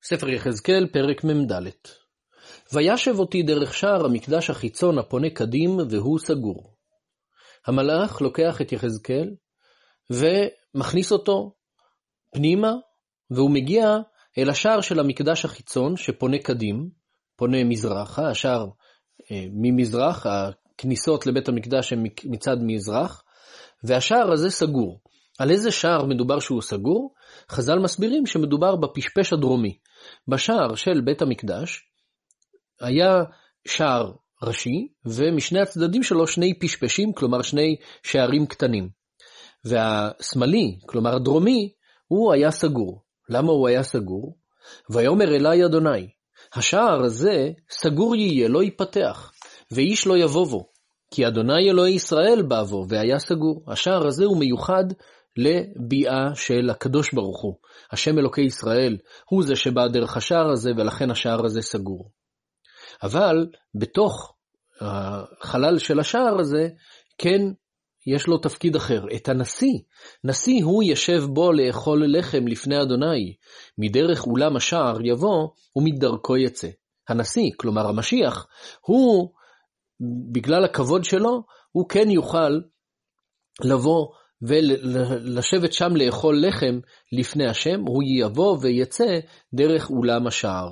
ספר יחזקאל, פרק מ"ד. וישב אותי דרך שער המקדש החיצון הפונה קדים והוא סגור. המלאך לוקח את יחזקאל ומכניס אותו פנימה, והוא מגיע אל השער של המקדש החיצון שפונה קדים, פונה מזרחה, השער ממזרח, הכניסות לבית המקדש הם מצד מזרח, והשער הזה סגור. על איזה שער מדובר שהוא סגור? חז"ל מסבירים שמדובר בפשפש הדרומי. בשער של בית המקדש היה שער ראשי, ומשני הצדדים שלו שני פשפשים, כלומר שני שערים קטנים. והשמאלי, כלומר הדרומי, הוא היה סגור. למה הוא היה סגור? ויאמר אלי אדוני, השער הזה סגור יהיה, לא ייפתח, ואיש לא יבוא בו, כי אדוני אלוהי ישראל בא בו, והיה סגור. השער הזה הוא מיוחד לביאה של הקדוש ברוך הוא. השם אלוקי ישראל הוא זה שבא דרך השער הזה, ולכן השער הזה סגור. אבל בתוך החלל של השער הזה, כן יש לו תפקיד אחר. את הנשיא, נשיא הוא ישב בו לאכול לחם לפני אדוני, מדרך אולם השער יבוא ומדרכו יצא. הנשיא, כלומר המשיח, הוא, בגלל הכבוד שלו, הוא כן יוכל לבוא ולשבת שם לאכול לחם לפני השם, הוא יבוא ויצא דרך אולם השער.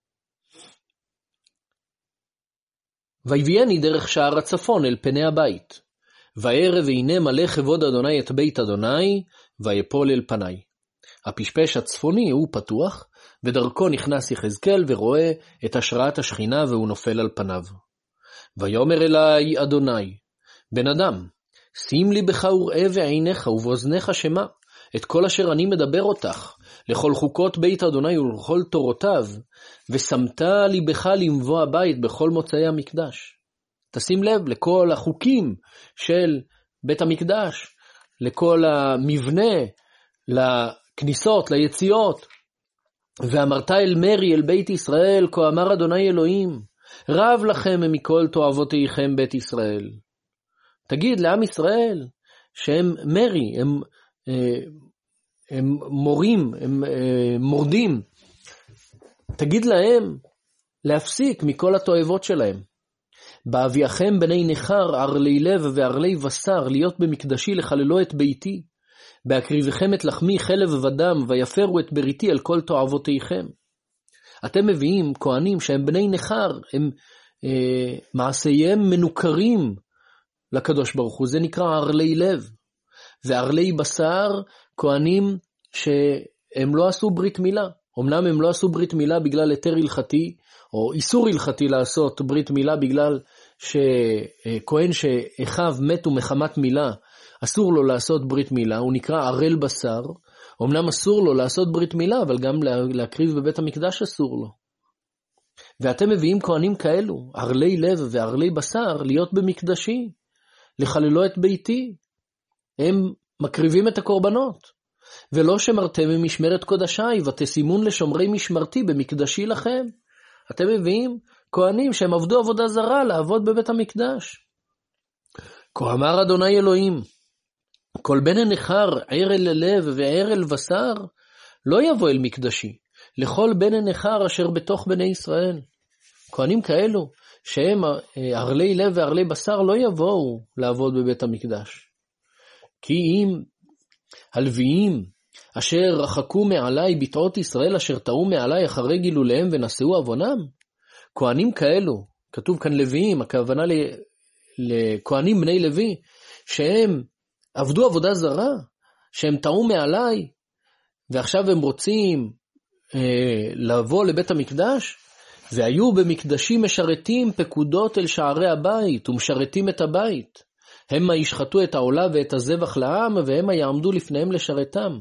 ויביאני דרך שער הצפון אל פני הבית, וערב והנה מלא כבוד אדוני את בית אדוני, ויפול אל פני. הפשפש הצפוני הוא פתוח, ודרכו נכנס יחזקאל ורואה את השראת השכינה והוא נופל על פניו. ויאמר אלי אדוני, בן אדם, שים לי בך וראה ועיניך ובאוזניך שמע, את כל אשר אני מדבר אותך, לכל חוקות בית אדוני ולכל תורותיו, ושמת לי בך למבוא הבית בכל מוצאי המקדש. תשים לב לכל החוקים של בית המקדש, לכל המבנה, לכניסות, ליציאות. ואמרת אל מרי אל בית ישראל, כה אמר אדוני אלוהים, רב לכם מכל תועבותיכם בית ישראל. תגיד לעם ישראל שהם מרי, הם מורים, הם מורדים. תגיד להם להפסיק מכל התועבות שלהם. בהביאכם בני נחר, ערלי לב וערלי בשר, להיות במקדשי לחללו את ביתי. בהקריבכם את לחמי חלב ודם, ויפרו את בריתי על כל תועבותיכם. אתם מביאים כהנים שהם בני נחר, הם מעשיהם מנוכרים לקדוש ברוך הוא, זה נקרא ערלי לב. וערלי בשר, כהנים שהם לא עשו ברית מילה. אמנם הם לא עשו ברית מילה בגלל היתר הלכתי, או איסור הלכתי לעשות ברית מילה בגלל שכהן שאחיו מתו מחמת מילה, אסור לו לעשות ברית מילה, הוא נקרא ערל בשר. אמנם אסור לו לעשות ברית מילה, אבל גם להקריב בבית המקדש אסור לו. ואתם מביאים כהנים כאלו, ערלי לב וערלי בשר, להיות במקדשי, לחללו את ביתי. הם מקריבים את הקורבנות. ולא שמרתם ממשמרת קודשי, ותשימון לשומרי משמרתי במקדשי לכם. אתם מביאים כהנים שהם עבדו עבודה זרה לעבוד בבית המקדש. כה אמר אדוני אלוהים, כל בן הנחר, ערל ללב וערל בשר, לא יבוא אל מקדשי, לכל בן הנחר אשר בתוך בני ישראל. כהנים כאלו, שהם ערלי לב וערלי בשר, לא יבואו לעבוד בבית המקדש. כי אם הלוויים, אשר רחקו מעלי ביטעות ישראל, אשר טעו מעלי אחרי גילוליהם ונשאו עוונם, כהנים כאלו, כתוב כאן לוויים, הכוונה לכהנים בני לוי, שהם עבדו עבודה זרה, שהם טעו מעלי, ועכשיו הם רוצים לבוא לבית המקדש, והיו במקדשים משרתים פקודות אל שערי הבית, ומשרתים את הבית. הם ישחטו את העולה ואת הזבח לעם, והם יעמדו לפניהם לשרתם.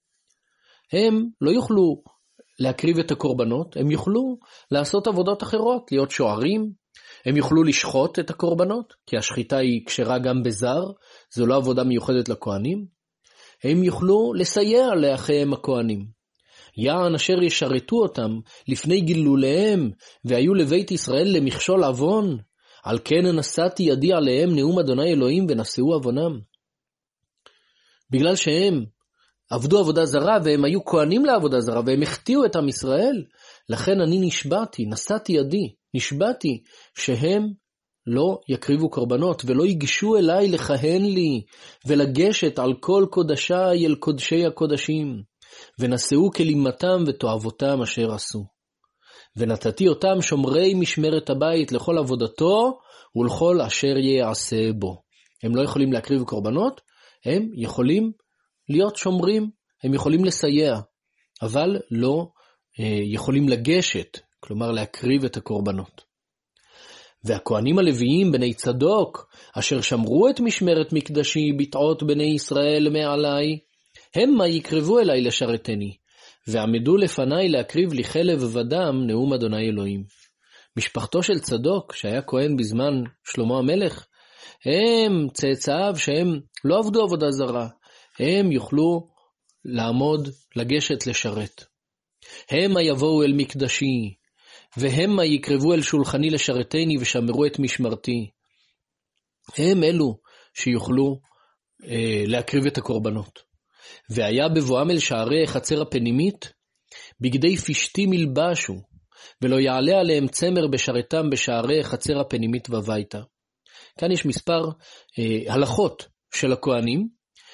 הם לא יוכלו להקריב את הקורבנות, הם יוכלו לעשות עבודות אחרות, להיות שוערים, הם יוכלו לשחוט את הקורבנות, כי השחיטה היא כשרה גם בזר, זו לא עבודה מיוחדת לכהנים. הם יוכלו לסייע לאחיהם הכהנים. יען אשר ישרתו אותם לפני גילוליהם, והיו לבית ישראל למכשול עוון, על כן נשאתי ידי עליהם נאום אדוני אלוהים ונשאו עוונם. בגלל שהם עבדו עבודה זרה, והם היו כהנים לעבודה זרה, והם החטיאו את עם ישראל. לכן אני נשבעתי, נשאתי ידי, נשבעתי, שהם לא יקריבו קורבנות, ולא ייגשו אליי לכהן לי, ולגשת על כל קודשי אל קודשי הקודשים, ונשאו כלימתם ותועבותם אשר עשו. ונתתי אותם שומרי משמרת הבית לכל עבודתו, ולכל אשר יעשה בו. הם לא יכולים להקריב קורבנות, הם יכולים להיות שומרים, הם יכולים לסייע, אבל לא יכולים לגשת, כלומר להקריב את הקורבנות. והכהנים הלוויים בני צדוק, אשר שמרו את משמרת מקדשי בתעות בני ישראל מעלי, הם מה יקרבו אליי לשרתני, ועמדו לפניי להקריב לי חלב ודם נאום אדוני אלוהים. משפחתו של צדוק, שהיה כהן בזמן שלמה המלך, הם צאצאיו שהם לא עבדו עבודה זרה, הם יוכלו לעמוד, לגשת לשרת. הם יבואו אל מקדשי, והם יקרבו אל שולחני לשרתני ושמרו את משמרתי. הם אלו שיוכלו להקריב את הקורבנות. והיה בבואם אל שערי חצר הפנימית, בגדי פשתים ילבשו, ולא יעלה עליהם צמר בשרתם בשערי חצר הפנימית בביתה. כאן יש מספר הלכות של הכהנים,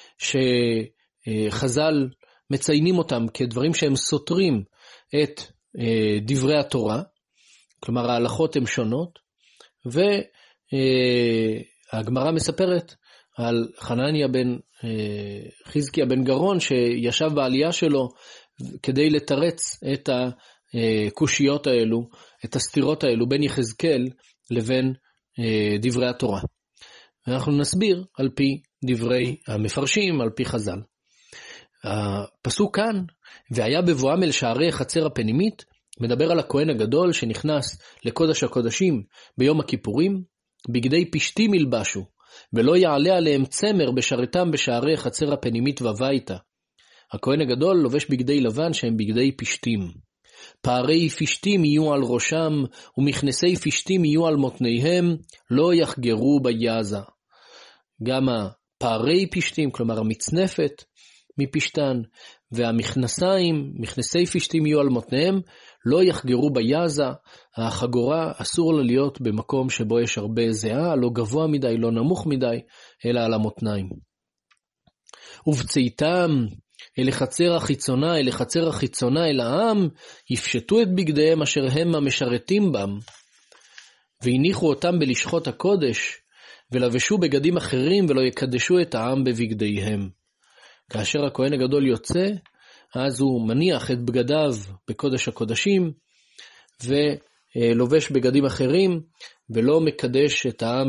שחז"ל מציינים אותם כדברים שהם סותרים את דברי התורה, כלומר ההלכות הן שונות, והגמרא מספרת על חנניה בן חזקיה בן גרון, שישב בעלייה שלו כדי לתרץ את הקושיות האלו, את הסתירות האלו בין יחזקאל לבין דברי התורה. ואנחנו נסביר על פי דברי המפרשים, על פי חז"ל. הפסוק כאן, והיה בבואם אל שערי חצר הפנימית, מדבר על הכהן הגדול שנכנס לקודש הקודשים ביום הכיפורים, בגדי פשתים ילבשו, ולא יעלה עליהם צמר בשרתם בשערי חצר הפנימית בביתה. הכהן הגדול לובש בגדי לבן שהם בגדי פשתים. פערי פשתים יהיו על ראשם, ומכנסי פשתים יהיו על מותניהם, לא יחגרו ביזה. גם הפערי פשתים, כלומר המצנפת מפשתן, והמכנסיים, מכנסי פשתים יהיו על מותניהם, לא יחגרו ביזה. החגורה אסור לה להיות במקום שבו יש הרבה זהה, לא גבוה מדי, לא נמוך מדי, אלא על המותניים. ובצאתם אל החצר החיצונה אל העם, יפשטו את בגדיהם אשר הם המשרתים בם, והניחו אותם בלשכות הקודש, ולבשו בגדים אחרים, ולא יקדשו את העם בבגדיהם. כאשר הכהן הגדול יוצא, אז הוא מניח את בגדיו בקודש הקודשים, ולובש בגדים אחרים, ולא מקדש את העם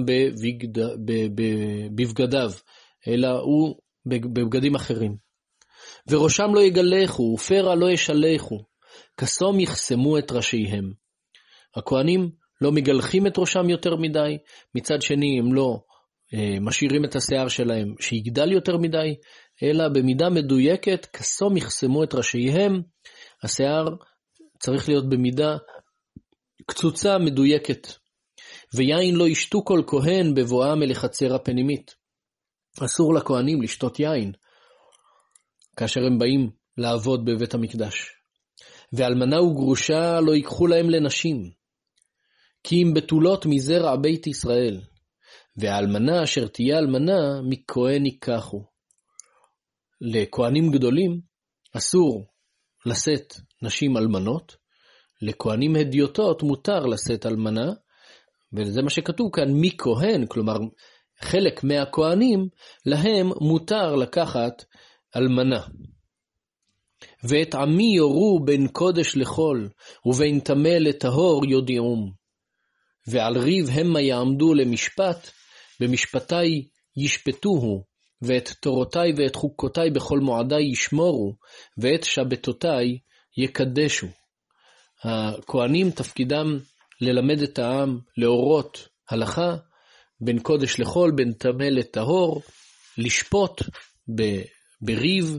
בבגדיו, אלא הוא בבגדים אחרים. וראשם לא יגלחו, ופרע לא ישלחו, כסום יחסמו את ראשיהם. הכהנים לא מגלחים את ראשם יותר מדי, מצד שני הם לא משאירים את השיער שלהם שיגדל יותר מדי, אלא במידה מדויקת, כסום יחסמו את ראשיהם. השיער צריך להיות במידה קצוצה מדויקת. ויין לא ישתו כל כהן בבואם אל החצר הפנימית. אסור לכהנים לשתות יין כאשר הם באים לעבוד בבית המקדש. ואלמנה וגרושה לא ייקחו להם לנשים, כי אם בתולות מזרע בית ישראל, והאלמנה אשר תהיה אלמנה מכהן ייקחו. לכהנים גדולים אסור לשאת נשים אלמנות, לכהנים הדיוטות מותר לשאת אלמנה, וזה מה שכתוב כאן מכהן, כלומר חלק מהכהנים להם מותר לקחת אלמנה. ואת עמי יורו בין קודש לחול, ובין טמא לטהור יודיעום. ועל ריב המה יעמדו למשפט, במשפטי ישפטוהו, ואת תורותיי ואת חוקותיי בכל מועדיי ישמורו, ואת שבתותיי יקדשו. הכהנים תפקידם ללמד את העם, להורות הלכה, בין קודש לחול, בין טמא לטהור, לשפוט בריב,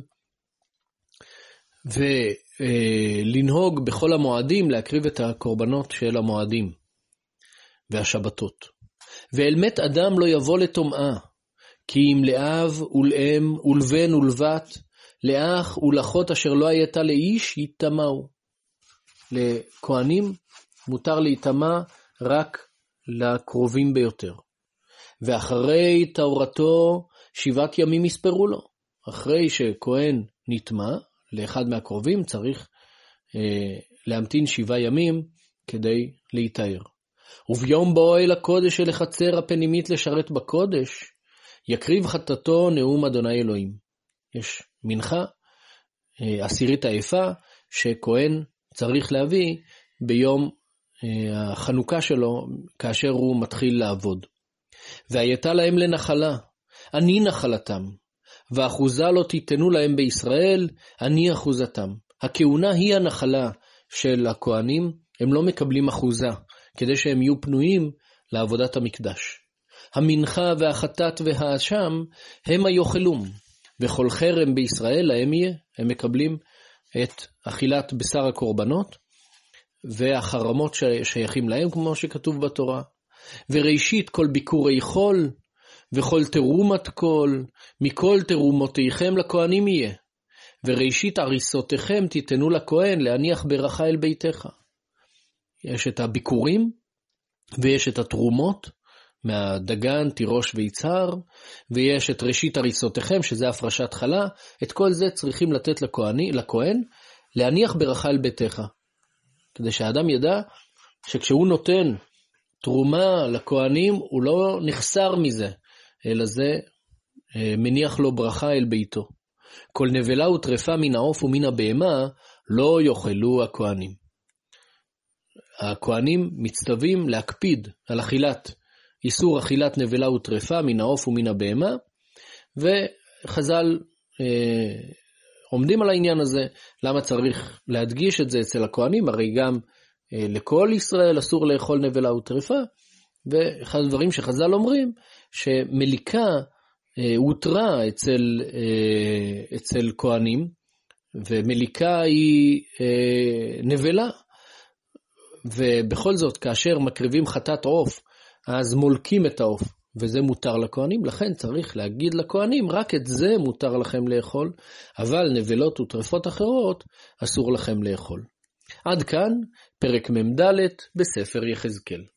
ולנהוג בכל המועדים, להקריב את הקורבנות של המועדים והשבתות. ואל מת אדם לא יבוא לטומאה, כי אם לאב ולאם ולבן ולבת, לאח ולאחות אשר לא הייתה לאיש יטמאו. לכהנים מותר להיטמא רק לקרובים ביותר. ואחרי טהרתו 7 ימים יספרו לו. אחרי שכהן נטמא לאחד מהקרובים צריך להמתין 7 ימים כדי להיטהר. וביום בואו אל הקודש אל החצר הפנימית לשרת בקודש, יקריב חטאתו נאום אדוני אלוהים. יש מנחה, 10 היפה, שכהן צריך להביא ביום החנוכה שלו, כאשר הוא מתחיל לעבוד. והייתה להם לנחלה, אני נחלתם, ואחוזה לא תיתנו להם בישראל, אני אחוזתם. הכהונה היא הנחלה של הכהנים, הם לא מקבלים אחוזה, כדי שהם יהיו פנויים לעבודת המקדש. המנחה והחטאת והאשם הם היוכלום, וכל חרם בישראל להם יהיה, הם מקבלים את אכילת בשר הקורבנות, והחרמות שייכים להם כמו שכתוב בתורה. וראשית כל ביקורי חול, וכל תרומת כל, מכל תרומותיכם לכהנים יהיה. וראשית עריסותיכם תיתנו לכהן להניח ברכה אל ביתך. יש את הביקורים, ויש את התרומות, מהדגן, תירוש ויצהר, ויש את ראשית עריסותיכם, שזה הפרשת חלה. את כל זה צריכים לתת לכהן, להניח ברכה אל ביתך. כדי שהאדם ידע שכשהוא נותן תרומה לכהנים, הוא לא נחסר מזה, אלא זה מניח לו ברכה אל ביתו. כל נבלה וטרפה מן העוף ומן הבהמה לא יאכלו הכהנים. הכהנים מצטווים להקפיד על איסור אכילת נבלה וטרפה מן העוף ומן הבהמה, וחז"ל עומדים על העניין הזה. למה צריך להדגיש את זה אצל הכהנים? הרי גם לכל ישראל אסור לאכול נבלה וטרפה, ואחד הדברים שחז"ל אומרים, שמליקה הותרה אצל כהנים, ומליקה היא נבלה, ובכל זאת כאשר מקריבים חטאת עוף, אז מולקים את העוף, וזה מותר לכהנים. לכן צריך להגיד לכהנים, רק את זה מותר לכם לאכול, אבל נבלות וטרפות אחרות אסור לכם לאכול. עד כאן פרק מ"ד בספר יחזקאל.